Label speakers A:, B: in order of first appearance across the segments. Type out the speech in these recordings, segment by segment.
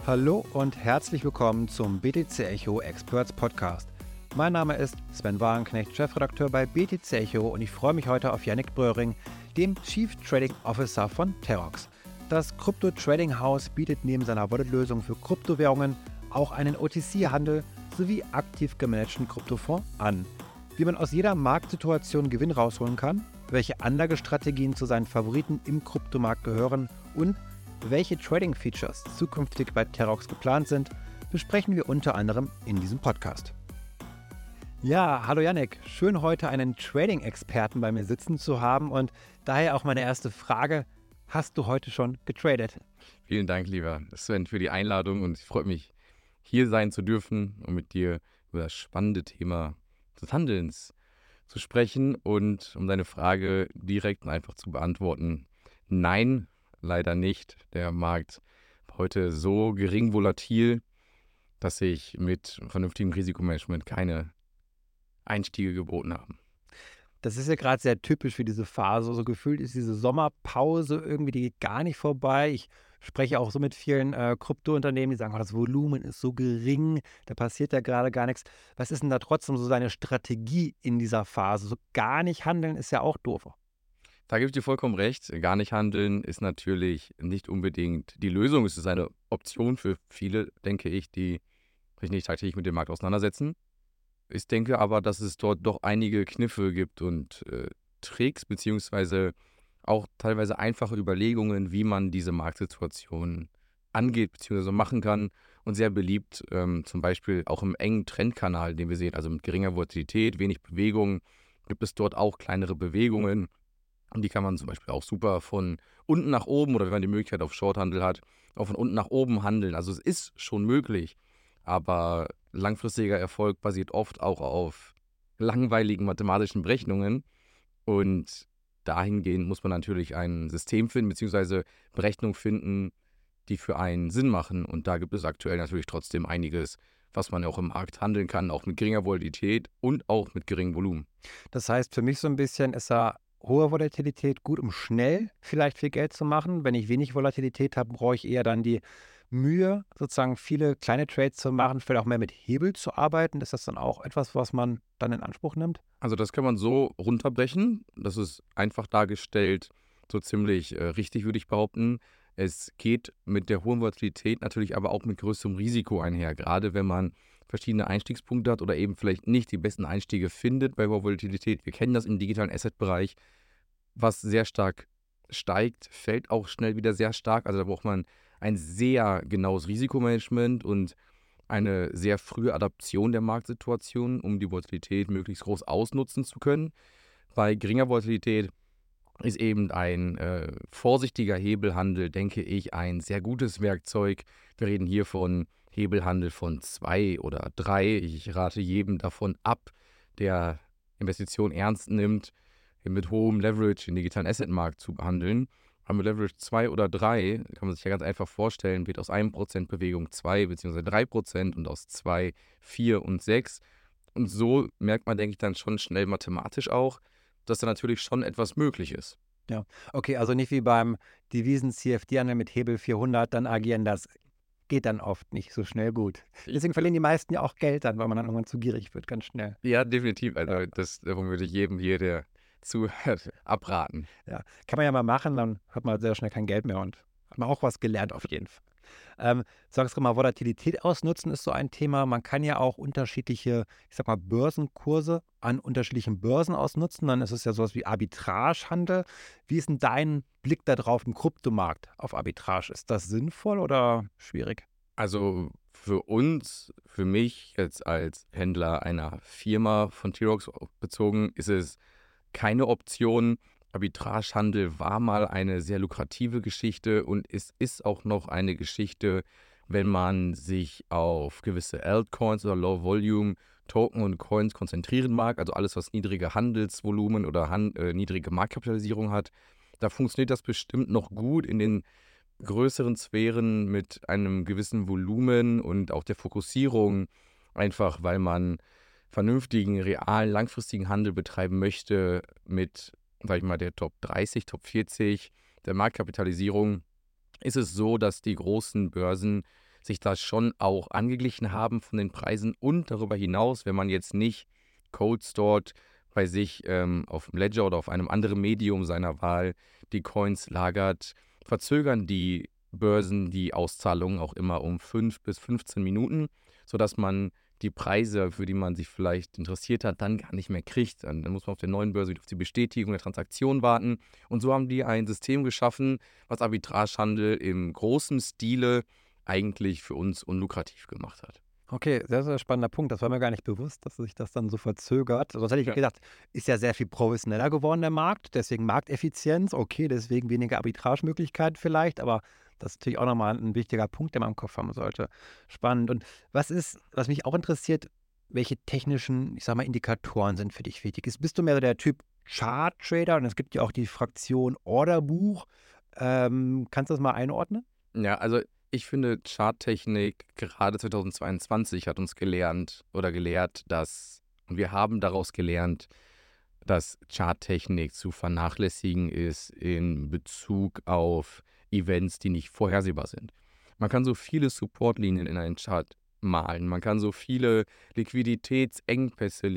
A: Hallo und herzlich willkommen zum BTC Echo Experts Podcast. Mein Name ist Sven Wagenknecht, Chefredakteur bei BTC Echo und ich freue mich heute auf Yannick Bröhring, dem Chief Trading Officer von Terrox. Das Krypto-Trading-Haus bietet neben seiner Wallet-Lösung für Kryptowährungen auch einen OTC-Handel sowie aktiv gemanagten Kryptofonds an. Wie man aus jeder Marktsituation Gewinn rausholen kann, welche Anlagestrategien zu seinen Favoriten im Kryptomarkt gehören und welche Trading-Features zukünftig bei Terrox geplant sind, besprechen wir unter anderem in diesem Podcast. Ja, hallo Yannick, schön heute einen Trading-Experten bei mir sitzen zu haben und daher auch meine erste Frage, hast du heute schon getradet?
B: Vielen Dank, lieber Sven, für die Einladung und ich freue mich, hier sein zu dürfen und mit dir über das spannende Thema des Handelns zu sprechen und um deine Frage direkt und einfach zu beantworten. Nein, leider nicht. Der Markt ist heute so gering volatil, dass sich mit vernünftigem Risikomanagement keine Einstiege geboten haben.
A: Das ist ja gerade sehr typisch für diese Phase. So gefühlt ist diese Sommerpause irgendwie, die geht gar nicht vorbei. Ich spreche auch so mit vielen Kryptounternehmen, die sagen, oh, das Volumen ist so gering, da passiert ja gerade gar nichts. Was ist denn da trotzdem so seine Strategie in dieser Phase? So gar nicht handeln ist ja auch doof.
B: Da gebe ich dir vollkommen recht. Gar nicht handeln ist natürlich nicht unbedingt die Lösung. Es ist eine Option für viele, denke ich, die sich nicht tagtäglich mit dem Markt auseinandersetzen. Ich denke aber, dass es dort doch einige Kniffe gibt und Tricks, beziehungsweise auch teilweise einfache Überlegungen, wie man diese Marktsituation angeht, beziehungsweise machen kann. Und sehr beliebt, zum Beispiel auch im engen Trendkanal, den wir sehen, also mit geringer Volatilität, wenig Bewegung, gibt es dort auch kleinere Bewegungen. Und die kann man zum Beispiel auch super von unten nach oben oder wenn man die Möglichkeit auf Shorthandel hat, auch von unten nach oben handeln. Also es ist schon möglich, aber langfristiger Erfolg basiert oft auch auf langweiligen mathematischen Berechnungen. Und dahingehend muss man natürlich ein System finden, beziehungsweise Berechnungen finden, die für einen Sinn machen. Und da gibt es aktuell natürlich trotzdem einiges, was man auch im Markt handeln kann, auch mit geringer Volatilität und auch mit geringem Volumen.
A: Das heißt, für mich so ein bisschen ist da hohe Volatilität gut, um schnell vielleicht viel Geld zu machen. Wenn ich wenig Volatilität habe, brauche ich eher dann die Mühe, sozusagen viele kleine Trades zu machen, vielleicht auch mehr mit Hebel zu arbeiten. Ist das dann auch etwas, was man dann in Anspruch nimmt?
B: Also das kann man so runterbrechen. Das ist einfach dargestellt, so ziemlich richtig, würde ich behaupten. Es geht mit der hohen Volatilität natürlich aber auch mit größerem Risiko einher. Gerade wenn man verschiedene Einstiegspunkte hat oder eben vielleicht nicht die besten Einstiege findet bei hoher Volatilität. Wir kennen das im digitalen Asset-Bereich, was sehr stark steigt, fällt auch schnell wieder sehr stark. Also da braucht man ein sehr genaues Risikomanagement und eine sehr frühe Adaption der Marktsituation, um die Volatilität möglichst groß ausnutzen zu können. Bei geringer Volatilität ist eben ein vorsichtiger Hebelhandel, denke ich, ein sehr gutes Werkzeug. Wir reden hier von Hebelhandel von 2 oder 3. Ich rate jedem davon ab, der Investition ernst nimmt, mit hohem Leverage den digitalen Assetmarkt zu behandeln. Aber mit Leverage 2 oder 3 kann man sich ja ganz einfach vorstellen, wird aus 1% Bewegung 2 bzw. 3% und aus 2 4 und 6. Und so merkt man, denke ich, dann schon schnell mathematisch auch, dass da natürlich schon etwas möglich ist.
A: Ja, okay, also nicht wie beim Devisen-CFD-Handel mit Hebel 400 dann agieren, das geht dann oft nicht so schnell gut. Deswegen verlieren die meisten ja auch Geld dann, weil man dann irgendwann zu gierig wird, ganz schnell.
B: Ja, definitiv. Also davon würde ich jedem hier, der zuhört, abraten.
A: Ja, kann man ja mal machen, dann hat man sehr schnell kein Geld mehr und hat man auch was gelernt auf jeden Fall. Sagst du mal, Volatilität ausnutzen ist so ein Thema. Man kann ja auch unterschiedliche, ich sag mal, Börsenkurse an unterschiedlichen Börsen ausnutzen. Dann ist es ja sowas wie Arbitragehandel. Wie ist denn dein Blick da drauf im Kryptomarkt auf Arbitrage? Ist das sinnvoll oder schwierig?
B: Also für uns, für mich jetzt als Händler einer Firma von T-Rox bezogen, ist es keine Option. Arbitragehandel war mal eine sehr lukrative Geschichte und es ist auch noch eine Geschichte, wenn man sich auf gewisse Altcoins oder Low-Volume-Token und Coins konzentrieren mag, also alles, was niedrige Handelsvolumen oder niedrige Marktkapitalisierung hat. Da funktioniert das bestimmt noch gut in den größeren Sphären mit einem gewissen Volumen und auch der Fokussierung, einfach weil man vernünftigen, realen, langfristigen Handel betreiben möchte mit, sag ich mal, der Top 30, Top 40 der Marktkapitalisierung, ist es so, dass die großen Börsen sich da schon auch angeglichen haben von den Preisen und darüber hinaus, wenn man jetzt nicht Cold Stored bei sich auf dem Ledger oder auf einem anderen Medium seiner Wahl die Coins lagert, verzögern die Börsen die Auszahlungen auch immer um 5 bis 15 Minuten, sodass man die Preise, für die man sich vielleicht interessiert hat, dann gar nicht mehr kriegt. Dann muss man auf der neuen Börse wieder auf die Bestätigung der Transaktion warten. Und so haben die ein System geschaffen, was Arbitragehandel im großen Stile eigentlich für uns unlukrativ gemacht hat.
A: Okay, sehr, sehr spannender Punkt. Das war mir gar nicht bewusst, dass sich das dann so verzögert. Sonst hätte ich
B: Ja.
A: gedacht, ist ja sehr viel professioneller geworden, der Markt. Deswegen Markteffizienz. Okay, deswegen weniger Arbitragemöglichkeiten vielleicht. Aber das ist natürlich auch nochmal ein wichtiger Punkt, den man im Kopf haben sollte. Spannend. Und was mich auch interessiert, welche technischen, ich sag mal, Indikatoren sind für dich wichtig? Bist du mehr so der Typ Chart-Trader? Und es gibt ja auch die Fraktion Orderbuch. Kannst du das mal einordnen?
B: Ja, also ich finde, Charttechnik gerade 2022 hat uns gelernt oder gelehrt, und wir haben daraus gelernt, dass Charttechnik zu vernachlässigen ist in Bezug auf Events, die nicht vorhersehbar sind. Man kann so viele Supportlinien in einen Chart malen, man kann so viele Liquiditätsengpässe,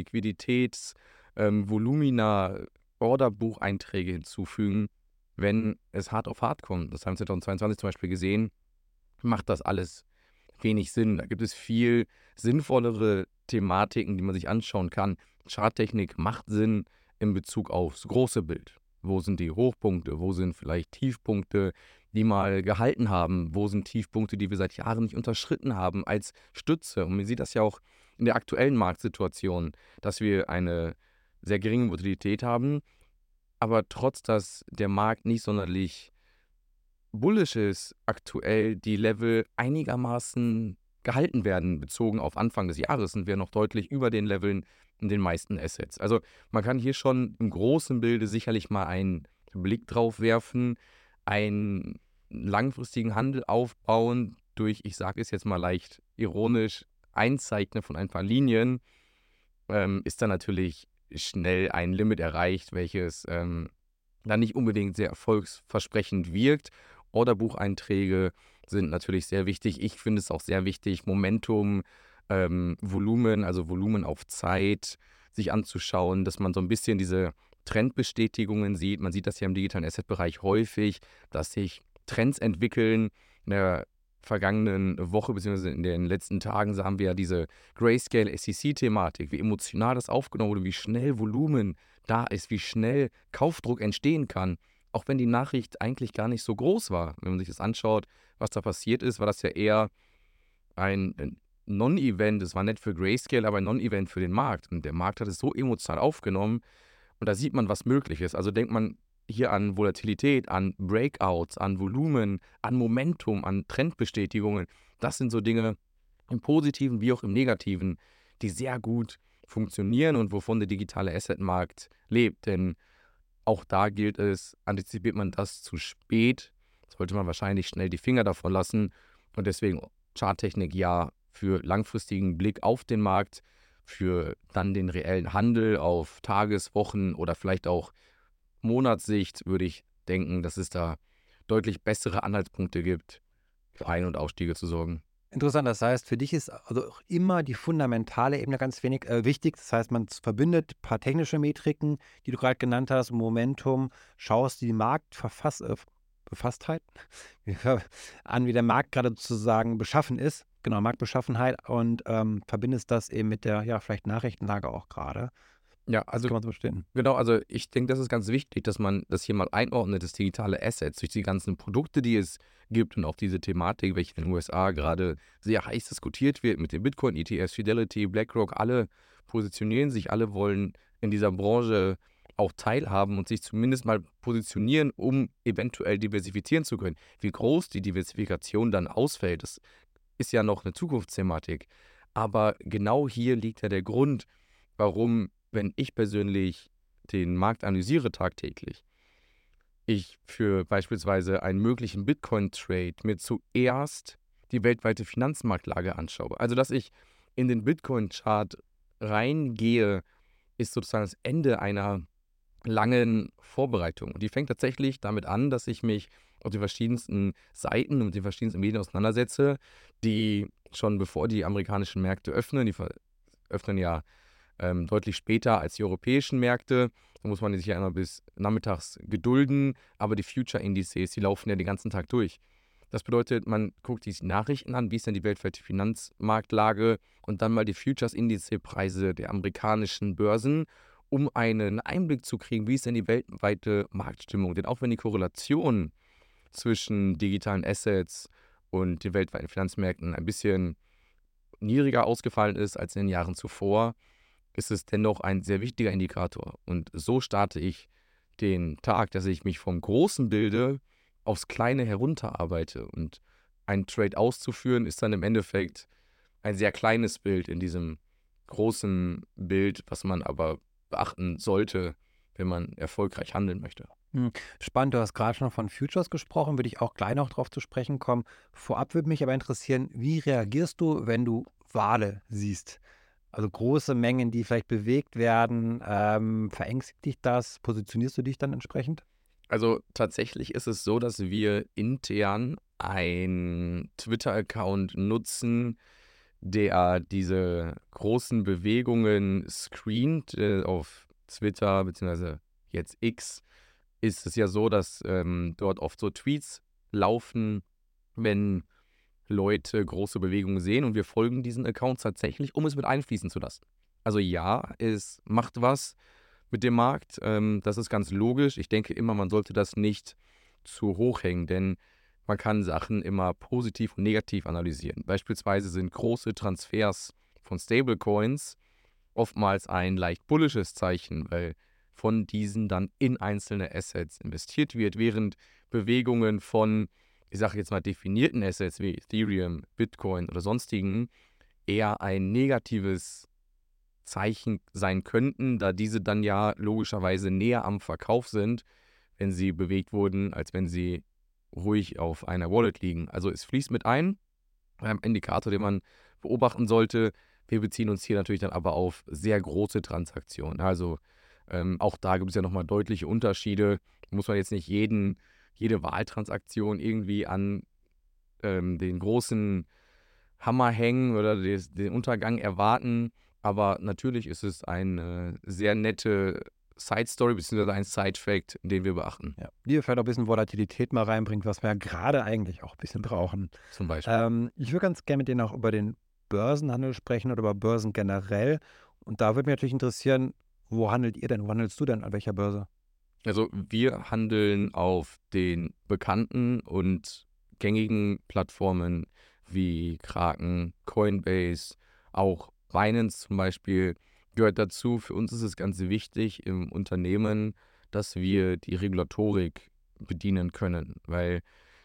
B: Volumina, Orderbucheinträge hinzufügen, wenn es hart auf hart kommt. Das haben wir 2022 zum Beispiel gesehen, macht das alles wenig Sinn. Da gibt es viel sinnvollere Thematiken, die man sich anschauen kann. Charttechnik macht Sinn in Bezug aufs große Bild. Wo sind die Hochpunkte? Wo sind vielleicht Tiefpunkte, die mal gehalten haben? Wo sind Tiefpunkte, die wir seit Jahren nicht unterschritten haben als Stütze? Und man sieht das ja auch in der aktuellen Marktsituation, dass wir eine sehr geringe Volatilität haben, aber trotz, dass der Markt nicht sonderlich bullish ist, aktuell die Level einigermaßen gehalten werden, bezogen auf Anfang des Jahres sind wir noch deutlich über den Leveln in den meisten Assets. Also man kann hier schon im großen Bilde sicherlich mal einen Blick drauf werfen, einen langfristigen Handel aufbauen durch, ich sage es jetzt mal leicht ironisch, Einzeichnen von ein paar Linien, ist dann natürlich schnell ein Limit erreicht, welches dann nicht unbedingt sehr erfolgsversprechend wirkt. Orderbucheinträge sind natürlich sehr wichtig. Ich finde es auch sehr wichtig, Momentum, Volumen, also Volumen auf Zeit, sich anzuschauen, dass man so ein bisschen diese Trendbestätigungen sieht. Man sieht das ja im digitalen Asset-Bereich häufig, dass sich Trends entwickeln. In der vergangenen Woche bzw. in den letzten Tagen haben wir ja diese Grayscale-SEC-Thematik, wie emotional das aufgenommen wurde, wie schnell Volumen da ist, wie schnell Kaufdruck entstehen kann, auch wenn die Nachricht eigentlich gar nicht so groß war. Wenn man sich das anschaut, was da passiert ist, war das ja eher ein Non-Event. Es war nett für Grayscale, aber ein Non-Event für den Markt. Und der Markt hat es so emotional aufgenommen und da sieht man, was möglich ist. Also denkt man hier an Volatilität, an Breakouts, an Volumen, an Momentum, an Trendbestätigungen. Das sind so Dinge im Positiven wie auch im Negativen, die sehr gut funktionieren und wovon der digitale Assetmarkt lebt. Denn auch da gilt es, antizipiert man das zu spät, sollte man wahrscheinlich schnell die Finger davon lassen. Und deswegen Charttechnik ja für langfristigen Blick auf den Markt, für dann den reellen Handel auf Tages-, Wochen- oder vielleicht auch Monatssicht würde ich denken, dass es da deutlich bessere Anhaltspunkte gibt, für Ein- und Ausstiege zu sorgen.
A: Interessant, das heißt, für dich ist also auch immer die fundamentale Ebene ganz wenig wichtig. Das heißt, man verbindet ein paar technische Metriken, die du gerade genannt hast, Momentum, schaust die Befasstheit an, wie der Markt gerade sozusagen beschaffen ist, genau, Marktbeschaffenheit und verbindest das eben mit der, ja, vielleicht Nachrichtenlage auch gerade.
B: Ja,
A: Das
B: also
A: kann man so verstehen.
B: genau, also ich denke, das ist ganz wichtig, dass man das hier mal einordnet, das digitale Assets, durch die ganzen Produkte, die es gibt und auch diese Thematik, welche in den USA gerade sehr heiß diskutiert wird mit den Bitcoin-ETFs, Fidelity, BlackRock, alle positionieren sich, alle wollen in dieser Branche auch teilhaben und sich zumindest mal positionieren, um eventuell diversifizieren zu können. Wie groß die Diversifikation dann ausfällt, das ist ja noch eine Zukunftsthematik. Aber genau hier liegt ja der Grund, warum, wenn ich persönlich den Markt analysiere tagtäglich, ich für beispielsweise einen möglichen Bitcoin-Trade mir zuerst die weltweite Finanzmarktlage anschaue. Also, dass ich in den Bitcoin-Chart reingehe, ist sozusagen das Ende einer langen Vorbereitung. Und die fängt tatsächlich damit an, dass ich mich auf den verschiedensten Seiten und mit den verschiedensten Medien auseinandersetze, die schon bevor die amerikanischen Märkte öffnen, öffnen ja deutlich später als die europäischen Märkte. Da muss man sich ja immer bis nachmittags gedulden, aber die Future-Indizes, die laufen ja den ganzen Tag durch. Das bedeutet, man guckt sich die Nachrichten an, wie ist denn die weltweite Finanzmarktlage und dann mal die Futures-Indizpreise der amerikanischen Börsen, um einen Einblick zu kriegen, wie ist denn die weltweite Marktstimmung. Denn auch wenn die Korrelation zwischen digitalen Assets und den weltweiten Finanzmärkten ein bisschen niedriger ausgefallen ist als in den Jahren zuvor, ist es dennoch ein sehr wichtiger Indikator. Und so starte ich den Tag, dass ich mich vom großen Bilde aufs Kleine herunterarbeite. Und ein Trade auszuführen ist dann im Endeffekt ein sehr kleines Bild in diesem großen Bild, was man aber beachten sollte, wenn man erfolgreich handeln möchte.
A: Spannend, du hast gerade schon von Futures gesprochen, würde ich auch gleich noch drauf zu sprechen kommen. Vorab würde mich aber interessieren, wie reagierst du, wenn du Wale siehst? Also große Mengen, die vielleicht bewegt werden, verängstigt dich das? Positionierst du dich dann entsprechend?
B: Also tatsächlich ist es so, dass wir intern einen Twitter-Account nutzen, der diese großen Bewegungen screent. Auf Twitter beziehungsweise jetzt X ist es ja so, dass dort oft so Tweets laufen, wenn Leute große Bewegungen sehen und wir folgen diesen Accounts tatsächlich, um es mit einfließen zu lassen. Also ja, es macht was mit dem Markt, das ist ganz logisch. Ich denke immer, man sollte das nicht zu hoch hängen, denn man kann Sachen immer positiv und negativ analysieren. Beispielsweise sind große Transfers von Stablecoins oftmals ein leicht bullisches Zeichen, weil von diesen dann in einzelne Assets investiert wird, während Bewegungen von, ich sage jetzt mal, definierten Assets wie Ethereum, Bitcoin oder sonstigen eher ein negatives Zeichen sein könnten, da diese dann ja logischerweise näher am Verkauf sind, wenn sie bewegt wurden, als wenn sie ruhig auf einer Wallet liegen. Also es fließt mit ein Indikator, den man beobachten sollte. Wir beziehen uns hier natürlich dann aber auf sehr große Transaktionen. Also auch da gibt es ja nochmal deutliche Unterschiede. Muss man jetzt nicht jede Wahltransaktion irgendwie an den großen Hammer hängen oder den Untergang erwarten. Aber natürlich ist es eine sehr nette Side-Story bzw. ein Side-Fact, den wir beachten,
A: Ja. Die vielleicht auch ein bisschen Volatilität mal reinbringt, was wir ja gerade eigentlich auch ein bisschen brauchen.
B: zum Beispiel.
A: Ich würde ganz gerne mit denen auch über den Börsenhandel sprechen oder über Börsen generell. Und da würde mich natürlich interessieren, wo handelt ihr denn? Wo handelst du denn? An welcher Börse?
B: Also wir handeln auf den bekannten und gängigen Plattformen wie Kraken, Coinbase, auch Binance zum Beispiel gehört dazu. Für uns ist es ganz wichtig im Unternehmen, dass wir die Regulatorik bedienen können, weil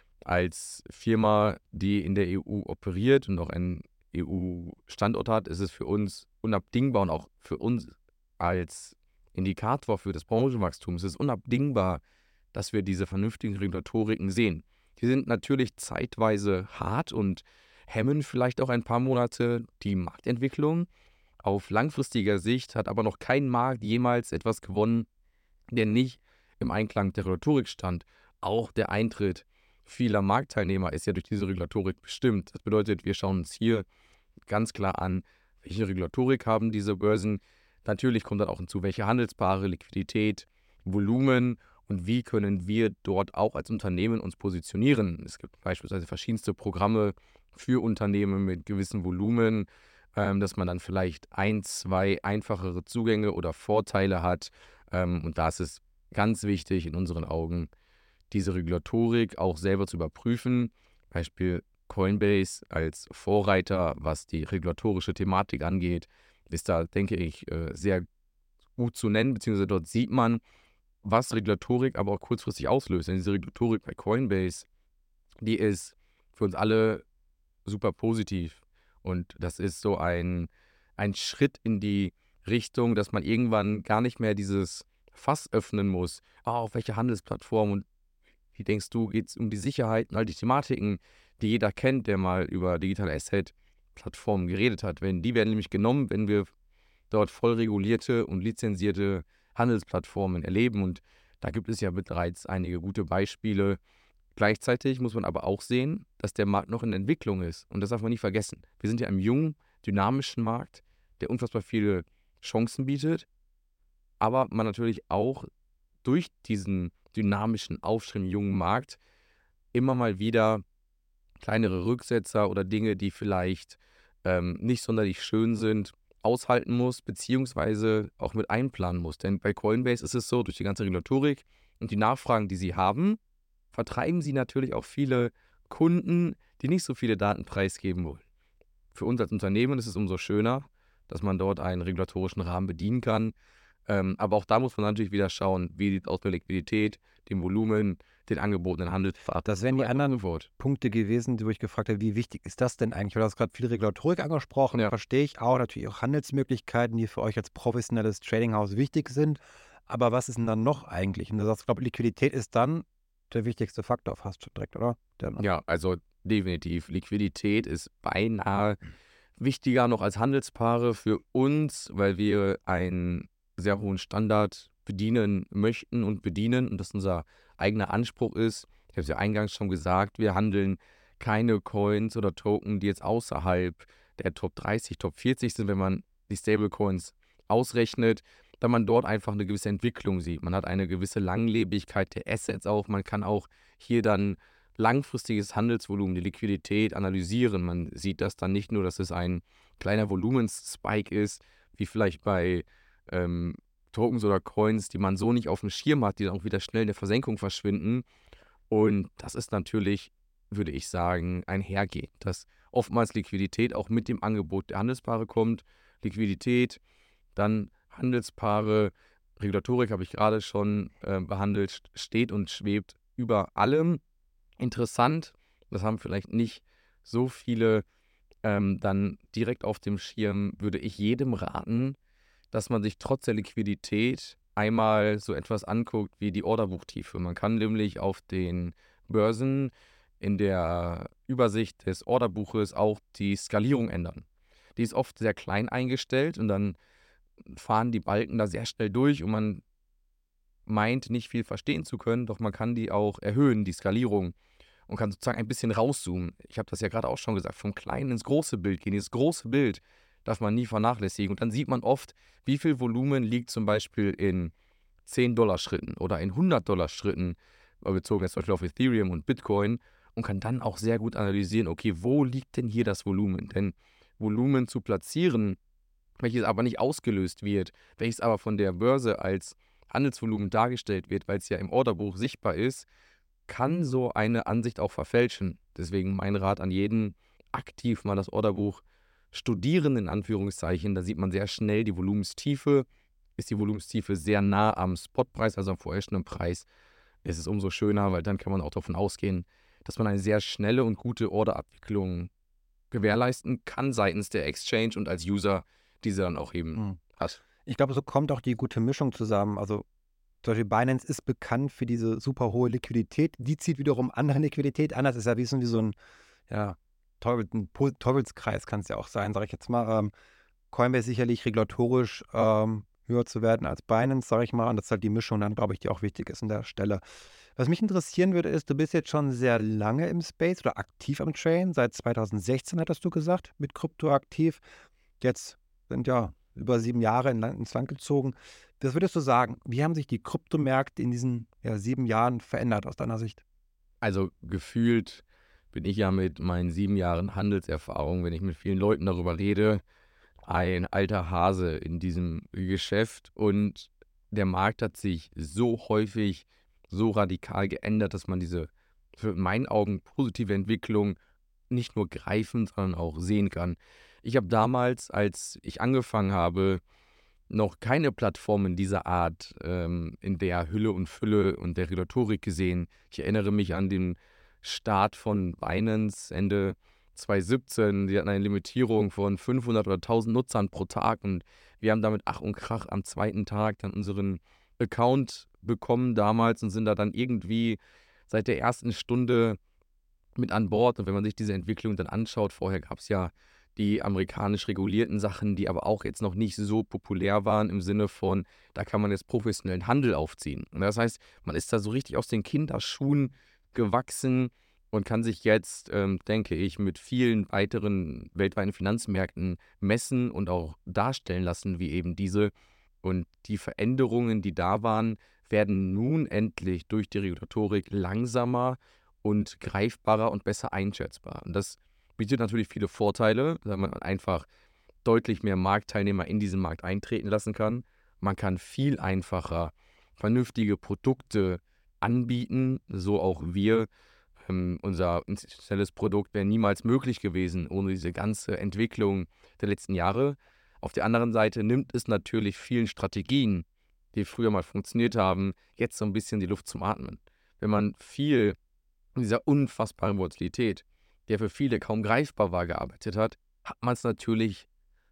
B: als Firma, die in der EU operiert und auch einen EU-Standort hat, ist es für uns unabdingbar und auch für uns als Indikator für das Branchenwachstum ist es unabdingbar, dass wir diese vernünftigen Regulatoriken sehen. Die sind natürlich zeitweise hart und hemmen vielleicht auch ein paar Monate die Marktentwicklung. Auf langfristiger Sicht hat aber noch kein Markt jemals etwas gewonnen, der nicht im Einklang mit der Regulatorik stand. Auch der Eintritt vieler Marktteilnehmer ist ja durch diese Regulatorik bestimmt. Das bedeutet, wir schauen uns hier ganz klar an, welche Regulatorik haben diese Börsen. Natürlich kommt dann auch hinzu, welche Handelspaare, Liquidität, Volumen und wie können wir dort auch als Unternehmen uns positionieren. Es gibt beispielsweise verschiedenste Programme für Unternehmen mit gewissem Volumen, dass man dann vielleicht ein, zwei einfachere Zugänge oder Vorteile hat. Und da ist es ganz wichtig in unseren Augen, diese Regulatorik auch selber zu überprüfen. Beispiel Coinbase als Vorreiter, was die regulatorische Thematik angeht, ist da, denke ich, sehr gut zu nennen, beziehungsweise dort sieht man, was Regulatorik aber auch kurzfristig auslöst. Denn diese Regulatorik bei Coinbase, die ist für uns alle super positiv. Und das ist so ein Schritt in die Richtung, dass man irgendwann gar nicht mehr dieses Fass öffnen muss. Auf welche Handelsplattform und wie denkst du, geht es um die Sicherheit und all die Thematiken, die jeder kennt, der mal über digitale Asset-Plattformen geredet hat. Die werden nämlich genommen, wenn wir dort voll regulierte und lizenzierte Handelsplattformen erleben. Und da gibt es ja bereits einige gute Beispiele. Gleichzeitig muss man aber auch sehen, dass der Markt noch in Entwicklung ist. Und das darf man nie vergessen. Wir sind ja im jungen, dynamischen Markt, der unfassbar viele Chancen bietet, aber man natürlich auch durch diesen dynamischen Aufschwung im jungen Markt immer mal wieder kleinere Rücksetzer oder Dinge, die vielleicht nicht sonderlich schön sind, aushalten muss, beziehungsweise auch mit einplanen muss. Denn bei Coinbase ist es so, durch die ganze Regulatorik und die Nachfragen, die sie haben, vertreiben sie natürlich auch viele Kunden, die nicht so viele Daten preisgeben wollen. Für uns als Unternehmen ist es umso schöner, dass man dort einen regulatorischen Rahmen bedienen kann. Aber auch da muss man natürlich wieder schauen, wie sieht es aus mit Liquidität, dem Volumen, den angebotenen Handelsverfahren.
A: Das wären die anderen
B: Wort.
A: Punkte gewesen, wo ich gefragt habe, wie wichtig ist das denn eigentlich? Du hast gerade viel Regulatorik angesprochen,
B: Ja.
A: verstehe ich auch. Natürlich auch Handelsmöglichkeiten, die für euch als professionelles Tradinghaus wichtig sind. Aber was ist denn dann noch eigentlich? Und du sagst, ich glaube, Liquidität ist dann der wichtigste Faktor fast schon direkt, oder?
B: Ja, also definitiv. Liquidität ist beinahe wichtiger noch als Handelspaare für uns, weil wir einen sehr hohen Standard bedienen möchten und bedienen und das unser eigener Anspruch ist. Ich habe es ja eingangs schon gesagt, wir handeln keine Coins oder Token, die jetzt außerhalb der Top 30, Top 40 sind, wenn man die Stablecoins ausrechnet, da man dort einfach eine gewisse Entwicklung sieht. Man hat eine gewisse Langlebigkeit der Assets auch. Man kann auch hier dann langfristiges Handelsvolumen, die Liquidität analysieren. Man sieht das dann nicht nur, dass es ein kleiner Volumensspike ist, wie vielleicht bei Tokens oder Coins, die man so nicht auf dem Schirm hat, die dann auch wieder schnell in der Versenkung verschwinden. Und das ist natürlich, würde ich sagen, einhergehend, dass oftmals Liquidität auch mit dem Angebot der Handelspaare kommt. Liquidität, dann Handelspaare, Regulatorik habe ich gerade schon behandelt, steht und schwebt über allem. Interessant, das haben vielleicht nicht so viele dann direkt auf dem Schirm, würde ich jedem raten, dass man sich trotz der Liquidität einmal so etwas anguckt wie die Orderbuchtiefe. Man kann nämlich auf den Börsen in der Übersicht des Orderbuches auch die Skalierung ändern. Die ist oft sehr klein eingestellt und dann fahren die Balken da sehr schnell durch und man meint nicht viel verstehen zu können, doch man kann die auch erhöhen, die Skalierung, und kann sozusagen ein bisschen rauszoomen. Ich habe das ja gerade auch schon gesagt, vom kleinen ins große Bild gehen. Dieses große Bild darf man nie vernachlässigen. Und dann sieht man oft, wie viel Volumen liegt zum Beispiel in $10-Schritten oder in $100-Schritten, bezogen jetzt zum Beispiel auf Ethereum und Bitcoin, und kann dann auch sehr gut analysieren, okay, wo liegt denn hier das Volumen? Denn Volumen zu platzieren, welches aber nicht ausgelöst wird, welches aber von der Börse als Handelsvolumen dargestellt wird, weil es ja im Orderbuch sichtbar ist, kann so eine Ansicht auch verfälschen. Deswegen mein Rat an jeden, aktiv mal das Orderbuch studieren, in Anführungszeichen. Da sieht man sehr schnell die Volumenstiefe. Ist die Volumenstiefe sehr nah am Spotpreis, also am vorherrschenden Preis, ist es umso schöner, weil dann kann man auch davon ausgehen, dass man eine sehr schnelle und gute Orderabwicklung gewährleisten kann seitens der Exchange und als User diese dann auch eben hat.
A: Ich glaube, so kommt auch die gute Mischung zusammen. Also zum Beispiel Binance ist bekannt für diese super hohe Liquidität. Die zieht wiederum andere Liquidität an. Das ist ja wie so ein ja, Teufelskreis kann es ja auch sein, sage ich jetzt mal. Coinbase sicherlich regulatorisch höher zu werden als Binance, sage ich mal. Und das ist halt die Mischung dann, glaube ich, die auch wichtig ist an der Stelle. Was mich interessieren würde, ist, du bist jetzt schon sehr lange im Space oder aktiv am Traden. Seit 2016 hattest du gesagt, mit Krypto aktiv. Jetzt sind ja über 7 Jahre ins Land gezogen. Was würdest du sagen, wie haben sich die Kryptomärkte in diesen 7 Jahren verändert aus deiner Sicht?
B: Also gefühlt bin ich ja mit meinen 7 Jahren Handelserfahrung, wenn ich mit vielen Leuten darüber rede, ein alter Hase in diesem Geschäft. Und der Markt hat sich so häufig, so radikal geändert, dass man diese, für in meinen Augen, positive Entwicklung nicht nur greifen, sondern auch sehen kann. Ich habe damals, als ich angefangen habe, noch keine Plattformen dieser Art in der Hülle und Fülle und der Regulatorik gesehen. Ich erinnere mich an den Start von Binance Ende 2017. Die hatten eine Limitierung von 500 oder 1000 Nutzern pro Tag und wir haben damit Ach und Krach am zweiten Tag dann unseren Account bekommen damals und sind da dann irgendwie seit der ersten Stunde mit an Bord. Und wenn man sich diese Entwicklung dann anschaut, vorher gab es ja die amerikanisch regulierten Sachen, die aber auch jetzt noch nicht so populär waren im Sinne von, da kann man jetzt professionellen Handel aufziehen. Und das heißt, man ist da so richtig aus den Kinderschuhen gewachsen und kann sich jetzt, denke ich, mit vielen weiteren weltweiten Finanzmärkten messen und auch darstellen lassen wie eben diese. Und die Veränderungen, die da waren, werden nun endlich durch die Regulatorik langsamer und greifbarer und besser einschätzbar. Und das bietet natürlich viele Vorteile, da man einfach deutlich mehr Marktteilnehmer in diesen Markt eintreten lassen kann. Man kann viel einfacher vernünftige Produkte anbieten, so auch wir. Unser institutionelles Produkt wäre niemals möglich gewesen ohne diese ganze Entwicklung der letzten Jahre. Auf der anderen Seite nimmt es natürlich vielen Strategien, die früher mal funktioniert haben, jetzt so ein bisschen die Luft zum Atmen. Wenn man viel in dieser unfassbaren Volatilität, der für viele kaum greifbar war, gearbeitet hat, hat man es natürlich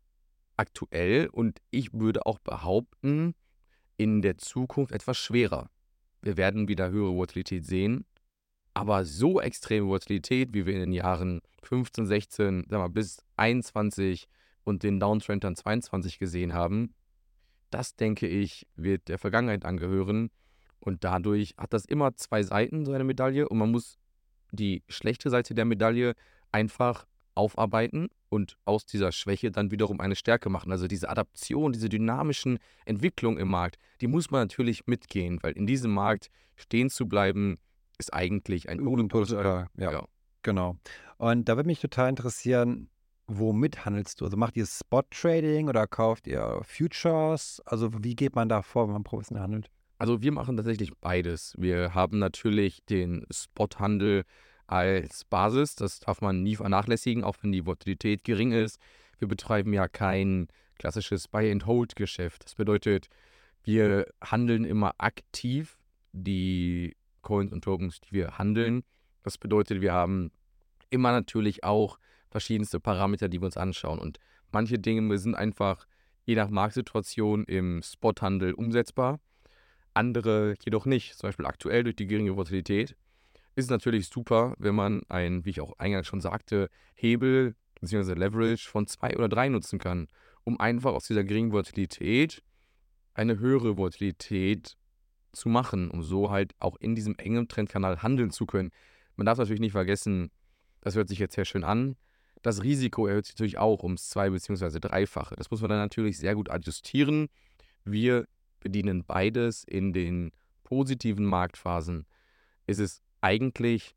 B: aktuell und ich würde auch behaupten, in der Zukunft etwas schwerer. Wir werden wieder höhere Volatilität sehen, aber so extreme Volatilität, wie wir in den Jahren 15, 16, sagen wir, bis 21 und den Downtrend dann 22 gesehen haben, das, denke ich, wird der Vergangenheit angehören. Und dadurch hat das immer zwei Seiten, so eine Medaille. Und man muss die schlechte Seite der Medaille einfach aufarbeiten und aus dieser Schwäche dann wiederum eine Stärke machen. Also diese Adaption, diese dynamischen Entwicklungen im Markt, die muss man natürlich mitgehen, weil in diesem Markt stehen zu bleiben, ist eigentlich ein
A: Unpotenzial, ja,
B: ja.
A: genau. Und da würde mich total interessieren, womit handelst du? Also macht ihr Spot-Trading oder kauft ihr Futures? Also wie geht man da vor, wenn man professionell handelt?
B: Also wir machen tatsächlich beides. Wir haben natürlich den Spothandel als Basis, das darf man nie vernachlässigen, auch wenn die Volatilität gering ist. Wir betreiben ja kein klassisches Buy-and-Hold-Geschäft. Das bedeutet, wir handeln immer aktiv die Coins und Tokens, die wir handeln. Das bedeutet, wir haben immer natürlich auch verschiedenste Parameter, die wir uns anschauen. Und manche Dinge sind einfach je nach Marktsituation im Spothandel umsetzbar, andere jedoch nicht. Zum Beispiel aktuell durch die geringe Volatilität ist es natürlich super, wenn man einen, wie ich auch eingangs schon sagte, Hebel bzw. Leverage von 2 oder 3 nutzen kann, um einfach aus dieser geringen Volatilität eine höhere Volatilität zu machen, um so halt auch in diesem engen Trendkanal handeln zu können. Man darf natürlich nicht vergessen, das hört sich jetzt sehr schön an, das Risiko erhöht sich natürlich auch ums 2- bzw. 3-fache. Das muss man dann natürlich sehr gut adjustieren. Wir bedienen beides. In den positiven Marktphasen ist es eigentlich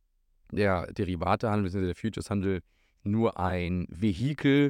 B: der Derivatehandel bzw. der Futureshandel nur ein Vehikel,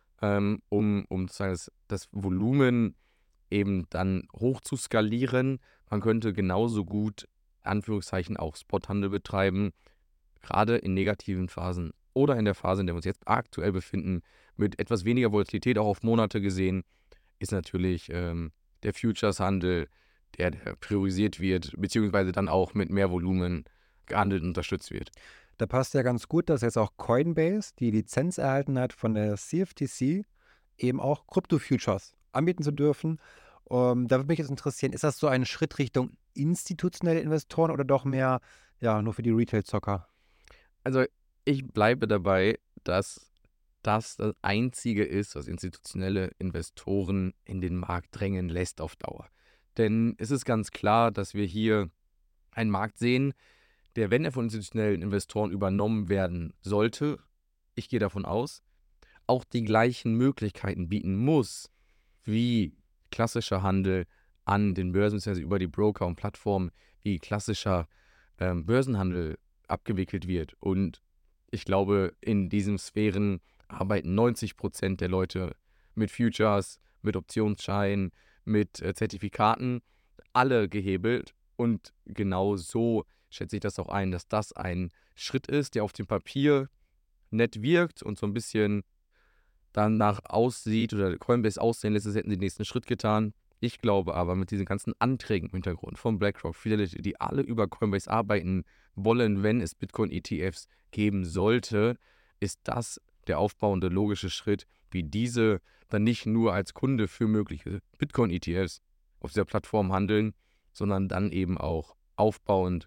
B: um sozusagen das Volumen eben dann hoch zu skalieren. Man könnte genauso gut, Anführungszeichen, auch Spothandel betreiben, gerade in negativen Phasen oder in der Phase, in der wir uns jetzt aktuell befinden, mit etwas weniger Volatilität, auch auf Monate gesehen, ist natürlich der Futures-Handel, der priorisiert wird, beziehungsweise dann auch mit mehr Volumen gehandelt und unterstützt wird.
A: Da passt ja ganz gut, dass jetzt auch Coinbase die Lizenz erhalten hat von der CFTC, eben auch Krypto-Futures anbieten zu dürfen. Da würde mich jetzt interessieren, ist das so ein Schritt Richtung institutionelle Investoren oder doch mehr, ja, nur für die Retail-Zocker?
B: Also ich bleibe dabei, dass das Einzige ist, was institutionelle Investoren in den Markt drängen lässt auf Dauer. Denn es ist ganz klar, dass wir hier einen Markt sehen, der, wenn er von institutionellen Investoren übernommen werden sollte, ich gehe davon aus, auch die gleichen Möglichkeiten bieten muss, wie klassischer Handel an den Börsen, beziehungsweise über die Broker und Plattformen, wie klassischer Börsenhandel abgewickelt wird. Und ich glaube, in diesen Sphären arbeiten 90% der Leute mit Futures, mit Optionsscheinen, mit Zertifikaten, alle gehebelt. Und genau so schätze ich das auch ein, dass das ein Schritt ist, der auf dem Papier nett wirkt und so ein bisschen danach aussieht oder Coinbase aussehen lässt, als hätten sie den nächsten Schritt getan. Ich glaube aber, mit diesen ganzen Anträgen im Hintergrund von BlackRock, Fidelity, die alle über Coinbase arbeiten wollen, wenn es Bitcoin-ETFs geben sollte, ist das der aufbauende logische Schritt, wie diese dann nicht nur als Kunde für mögliche Bitcoin-ETFs auf dieser Plattform handeln, sondern dann eben auch aufbauend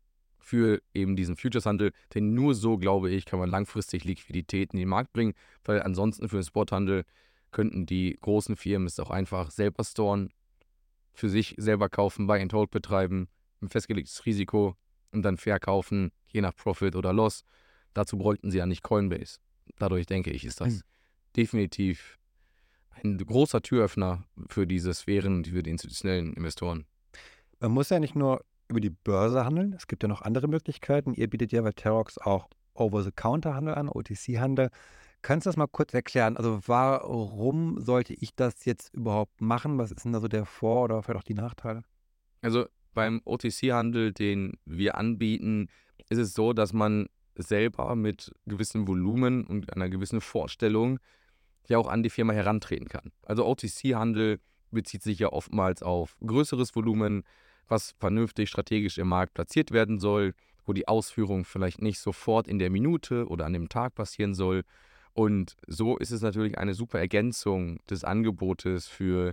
B: für eben diesen Futures-Handel, denn nur so, glaube ich, kann man langfristig Liquidität in den Markt bringen, weil ansonsten für den Spothandel könnten die großen Firmen es auch einfach selber storen, für sich selber kaufen, Buy and Hold betreiben, ein festgelegtes Risiko und dann verkaufen, je nach Profit oder Loss. Dazu bräuchten sie ja nicht Coinbase. Dadurch denke ich, ist das definitiv ein großer Türöffner für diese Sphären, für die institutionellen Investoren.
A: Man muss ja nicht nur über die Börse handeln, es gibt ja noch andere Möglichkeiten. Ihr bietet ja bei Terrox auch Over-the-Counter-Handel an, OTC-Handel. Kannst du das mal kurz erklären? Also warum sollte ich das jetzt überhaupt machen? Was ist denn da so der Vor- oder vielleicht auch die Nachteile?
B: Also beim OTC-Handel, den wir anbieten, ist es so, dass man selber mit gewissem Volumen und einer gewissen Vorstellung ja auch an die Firma herantreten kann. Also OTC-Handel bezieht sich ja oftmals auf größeres Volumen, was vernünftig strategisch im Markt platziert werden soll, wo die Ausführung vielleicht nicht sofort in der Minute oder an dem Tag passieren soll. Und so ist es natürlich eine super Ergänzung des Angebotes für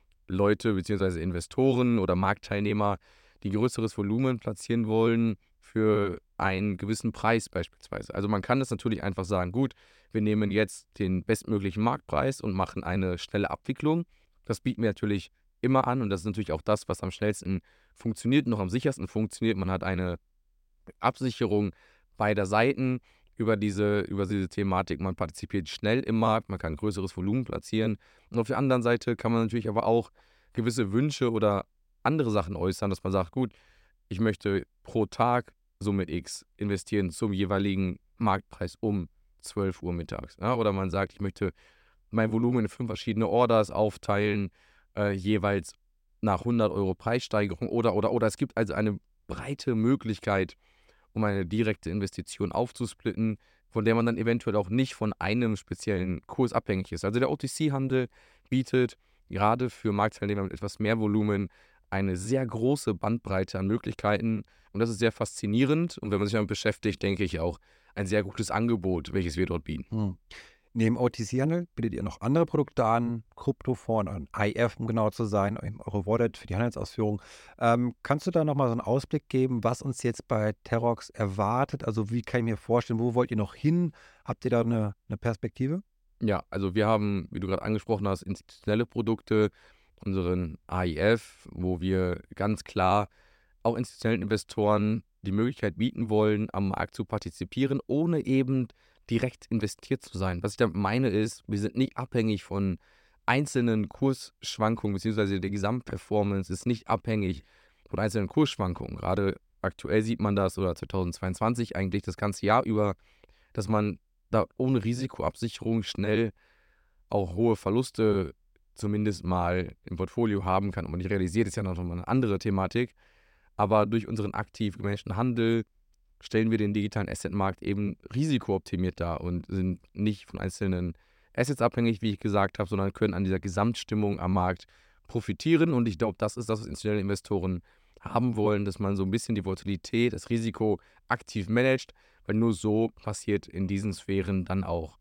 B: Leute bzw. Investoren oder Marktteilnehmer, die größeres Volumen platzieren wollen für einen gewissen Preis beispielsweise. Also man kann das natürlich einfach sagen, gut, wir nehmen jetzt den bestmöglichen Marktpreis und machen eine schnelle Abwicklung. Das bieten wir natürlich immer an und das ist natürlich auch das, was am schnellsten funktioniert, noch am sichersten funktioniert. Man hat eine Absicherung beider Seiten über diese Thematik. Man partizipiert schnell im Markt, man kann größeres Volumen platzieren. Und auf der anderen Seite kann man natürlich aber auch gewisse Wünsche oder andere Sachen äußern, dass man sagt, gut, ich möchte pro Tag Summe X investieren zum jeweiligen Marktpreis um 12 Uhr mittags. Ja? Oder man sagt, ich möchte mein Volumen in 5 verschiedene Orders aufteilen, jeweils nach 100 Euro Preissteigerung oder. Es gibt also eine breite Möglichkeit, um eine direkte Investition aufzusplitten, von der man dann eventuell auch nicht von einem speziellen Kurs abhängig ist. Also der OTC-Handel bietet gerade für Marktteilnehmer mit etwas mehr Volumen eine sehr große Bandbreite an Möglichkeiten und das ist sehr faszinierend und wenn man sich damit beschäftigt, denke ich auch ein sehr gutes Angebot, welches wir dort bieten.
A: Neben OTC-Handel bietet ihr noch andere Produkte an, Kryptofonds, ein IF, um genau zu sein, eure Wallet für die Handelsausführung. Kannst du da nochmal so einen Ausblick geben, was uns jetzt bei Terrox erwartet? Also wie kann ich mir vorstellen, wo wollt ihr noch hin? Habt ihr da eine Perspektive?
B: Ja, also wir haben, wie du gerade angesprochen hast, institutionelle Produkte, unseren AIF, wo wir ganz klar auch institutionellen Investoren die Möglichkeit bieten wollen, am Markt zu partizipieren, ohne eben direkt investiert zu sein. Was ich damit meine ist, wir sind nicht abhängig von einzelnen Kursschwankungen, beziehungsweise der Gesamtperformance ist nicht abhängig von einzelnen Kursschwankungen. Gerade aktuell sieht man das, oder 2022 eigentlich das ganze Jahr über, dass man da ohne Risikoabsicherung schnell auch hohe Verluste zumindest mal im Portfolio haben kann. Und man nicht realisiert, ist ja noch mal eine andere Thematik. Aber durch unseren aktiv gemanagten Handel stellen wir den digitalen Assetmarkt eben risikooptimiert dar und sind nicht von einzelnen Assets abhängig, wie ich gesagt habe, sondern können an dieser Gesamtstimmung am Markt profitieren. Und ich glaube, das ist das, was institutionelle Investoren haben wollen, dass man so ein bisschen die Volatilität, das Risiko aktiv managt, weil nur so passiert in diesen Sphären dann auch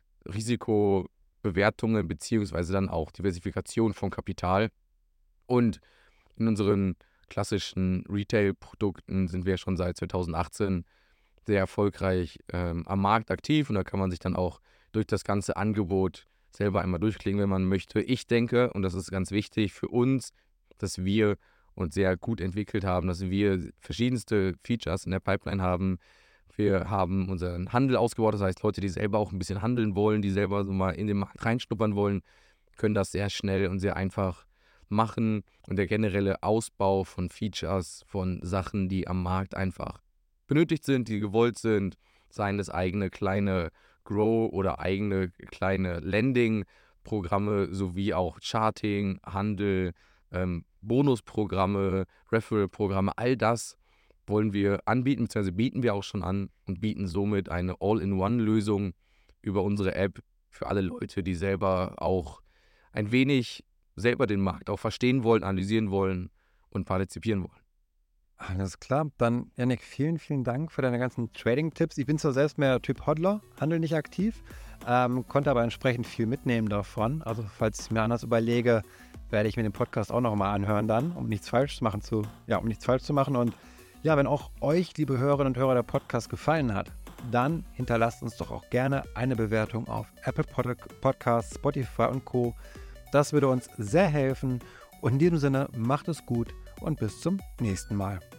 B: Risikobewertungen beziehungsweise dann auch Diversifikation von Kapital. Und in unseren klassischen Retail-Produkten sind wir schon seit 2018 sehr erfolgreich am Markt aktiv und da kann man sich dann auch durch das ganze Angebot selber einmal durchklicken, wenn man möchte. Ich denke, und das ist ganz wichtig für uns, dass wir uns sehr gut entwickelt haben, dass wir verschiedenste Features in der Pipeline haben. Wir haben unseren Handel ausgebaut, das heißt Leute, die selber auch ein bisschen handeln wollen, die selber so mal in den Markt reinschnuppern wollen, können das sehr schnell und sehr einfach machen und der generelle Ausbau von Features, von Sachen, die am Markt einfach benötigt sind, die gewollt sind, seien es eigene kleine Grow- oder eigene kleine Lending-Programme sowie auch Charting, Handel, Bonusprogramme, Referral-Programme, all das wollen wir anbieten, beziehungsweise bieten wir auch schon an und bieten somit eine All-in-One-Lösung über unsere App für alle Leute, die selber auch ein wenig selber den Markt auch verstehen wollen, analysieren wollen und partizipieren wollen.
A: Alles klar. Dann, Yannick, vielen, vielen Dank für deine ganzen Trading-Tipps. Ich bin zwar selbst mehr Typ Hodler, handel nicht aktiv, konnte aber entsprechend viel mitnehmen davon. Also falls ich mir anders überlege, werde ich mir den Podcast auch nochmal anhören dann, um nichts falsch zu machen. Und ja, wenn auch euch, liebe Hörerinnen und Hörer, der Podcast gefallen hat, dann hinterlasst uns doch auch gerne eine Bewertung auf Apple Podcasts, Spotify und Co. Das würde uns sehr helfen. Und in diesem Sinne, macht es gut und bis zum nächsten Mal.